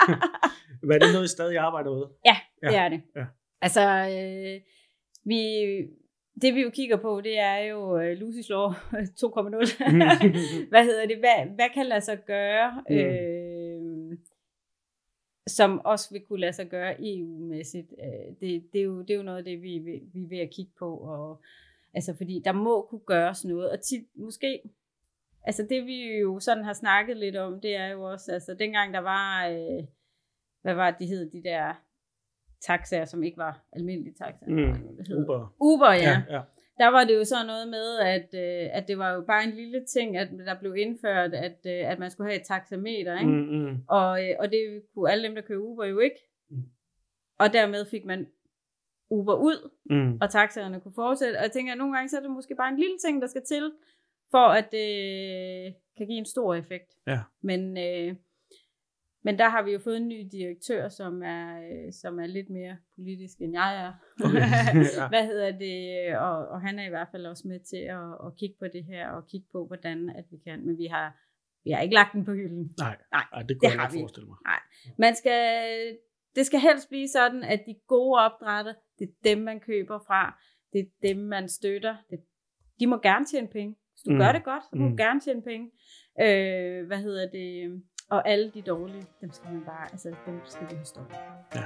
Hvad er det noget, I stadig arbejder med? Ja, det ja. er det. Ja. Altså, øh, vi... Det vi jo kigger på, det er jo uh, Lucy's Law to komma nul. Hvad hedder det? Hvad, hvad kan lade sig gøre, mm. øh, som også vil kunne lade sig gøre E U-mæssigt? Uh, det, det, er jo, det er jo noget af det, vi, vi, vi er ved at kigge på. Og, altså, fordi der må kunne gøres noget. Og tit, måske, altså det vi jo sådan har snakket lidt om, det er jo også, altså dengang der var, øh, hvad var det, de hed, de der... taxaer, som ikke var almindelige taxaer. Mm. Uber. Uber, ja. ja, ja. Der var det jo så noget med, at, øh, at det var jo bare en lille ting, at der blev indført, at, øh, at man skulle have et taxameter, ikke? Mm, mm. Og, øh, og det kunne alle dem, der kører Uber, jo ikke. Mm. Og dermed fik man Uber ud, mm. og taxaerne kunne fortsætte. Og jeg tænker, at nogle gange så er det måske bare en lille ting, der skal til, for at det øh, kan give en stor effekt. Ja. Men... Øh, Men der har vi jo fået en ny direktør, som er, som er lidt mere politisk, end jeg er. Okay. Ja. Hvad hedder det? Og, og han er i hvert fald også med til at, at kigge på det her, og kigge på, hvordan at vi kan. Men vi har, vi har ikke lagt den på hylden. Nej, Nej, Nej det kunne det jeg ikke forestille mig. Nej. Man skal, det skal helst blive sådan, at de gode opdrætter, det er dem, man køber fra. Det er dem, man støtter. Det, de må gerne tjene penge. Hvis du mm. gør det godt, så må mm. du gerne tjene penge. Øh, hvad hedder det? Og alle de dårlige, dem skal man bare, altså dem skal vi have stoppet. Ja.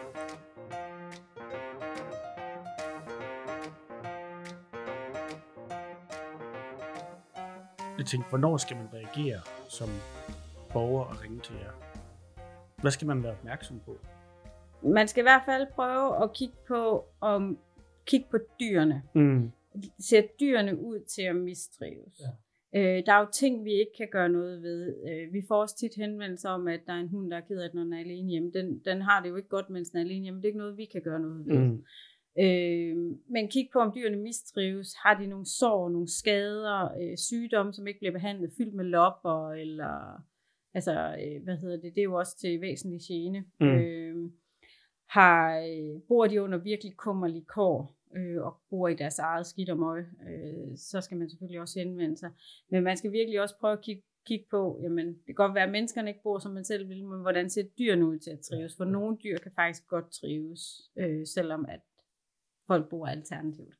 Jeg tænkte, hvornår skal man reagere som borger og ringe til jer? Hvad skal man være opmærksom på? Man skal i hvert fald prøve at kigge på, om, kigge på dyrene. Mm. Ser dyrene ud til at mistrives? Ja. Øh, der er jo ting, vi ikke kan gøre noget ved. Øh, vi får også tit henvendelser om, at der er en hund, der er ked af, når den er alene hjemme. Den, den har det jo ikke godt, mens den er alene hjemme. Det er ikke noget, vi kan gøre noget ved. Mm. Øh, men kig på, om dyrene mistrives. Har de nogle sår, nogle skader, øh, sygdomme, som ikke bliver behandlet, fyldt med lopper, eller altså, øh, hvad hedder det? Det er jo også til væsentlig gene. Mm. Øh, har, øh, bor de under virkelig kummerlige kår, Øh, og bor i deres eget skidt og møg, øh, så skal man selvfølgelig også henvende sig. Men man skal virkelig også prøve at kigge, kigge på, jamen det kan godt være, at menneskerne ikke bor, som man selv vil, men hvordan ser dyrene ud til at trives? For nogle dyr kan faktisk godt trives, øh, selvom at folk bor alternativt.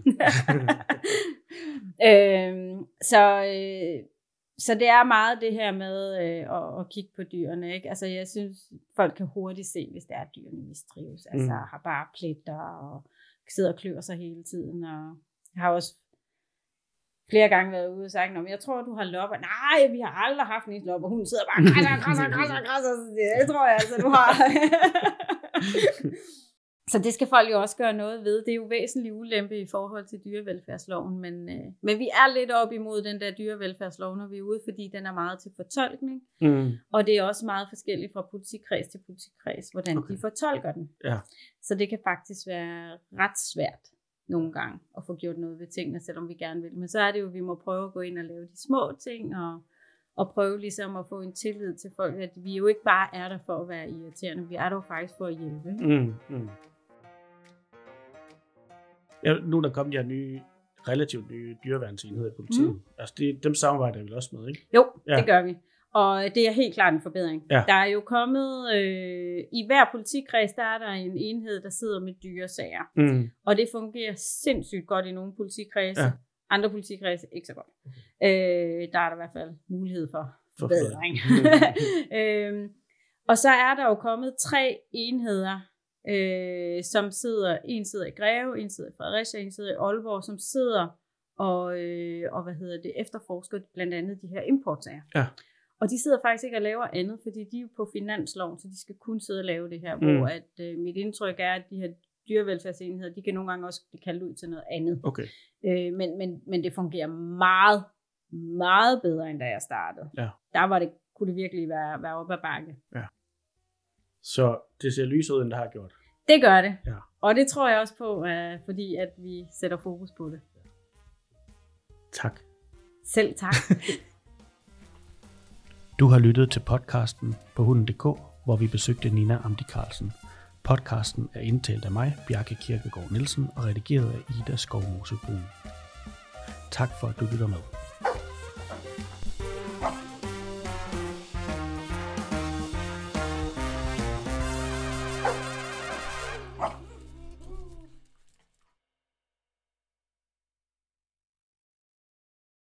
øh, så, øh, så det er meget det her med øh, at, at kigge på dyrene, ikke? Altså jeg synes, folk kan hurtigt se, hvis det er, at dyrene mistrives. Altså mm. har bare pletter og sidder og klør sig hele tiden, og jeg har også flere gange været ude og sagt, men jeg tror, du har lopper. Nej, vi har aldrig haft en islop, og hun sidder bare og krasser, krasser, krasser, krasser. Det tror jeg altså, du har. Så det skal folk jo også gøre noget ved. Det er jo væsentlig ulempe i forhold til dyrevelfærdsloven, men, øh, men vi er lidt op imod den der dyrevelfærdslov, når vi er ude, fordi den er meget til fortolkning, mm. og det er også meget forskelligt fra politikreds til politikreds, hvordan okay. de fortolker den. Ja. Så det kan faktisk være ret svært nogle gange at få gjort noget ved tingene, selvom vi gerne vil. Men så er det jo, at vi må prøve at gå ind og lave de små ting, og, og prøve ligesom at få en tillid til folk, at vi jo ikke bare er der for at være irriterende, vi er der jo faktisk for at hjælpe. Mm, mm. Ja, nu er der kommet de her nye, relativt nye dyreværnsenheder i politiet. Mm. Altså, det, dem samarbejder vi også med, ikke? Jo, ja. Det gør vi. Og det er helt klart en forbedring. Ja. Der er jo kommet, øh, i hver politikreds, der er der en enhed, der sidder med dyresager. Mm. Og det fungerer sindssygt godt i nogle politikredse. Ja. Andre politikredse ikke så godt. Okay. Øh, der er der i hvert fald mulighed for forbedring. øh, og så er der jo kommet tre enheder, øh, som sidder, en sidder i Greve, en sidder i Fredericia, en sidder i Aalborg, som sidder og, øh, og hvad hedder det, efterforsker blandt andet de her importsager. Ja. Og de sidder faktisk ikke og laver andet, fordi de er jo på finansloven, så de skal kun sidde og lave det her, mm. hvor at, øh, mit indtryk er, at de her dyrevelfærdsenheder, de kan nogle gange også blive kaldt ud til noget andet. Okay. Øh, men, men, men det fungerer meget, meget bedre, end da jeg startede. Ja. Der var det, kunne det virkelig være, være op ad bakke. Ja. Så det ser lysere ud, end det har gjort. Det gør det. Ja. Og det tror jeg også på, uh, fordi at vi sætter fokus på det. Tak. Selv tak. Du har lyttet til podcasten på hunden punktum d k, hvor vi besøgte Nina Amdi Carlsen. Podcasten er indtalt af mig, Bjarke Kirkegaard Nielsen, og redigeret af Ida Skovmose Brun. Tak for, at du lytter med.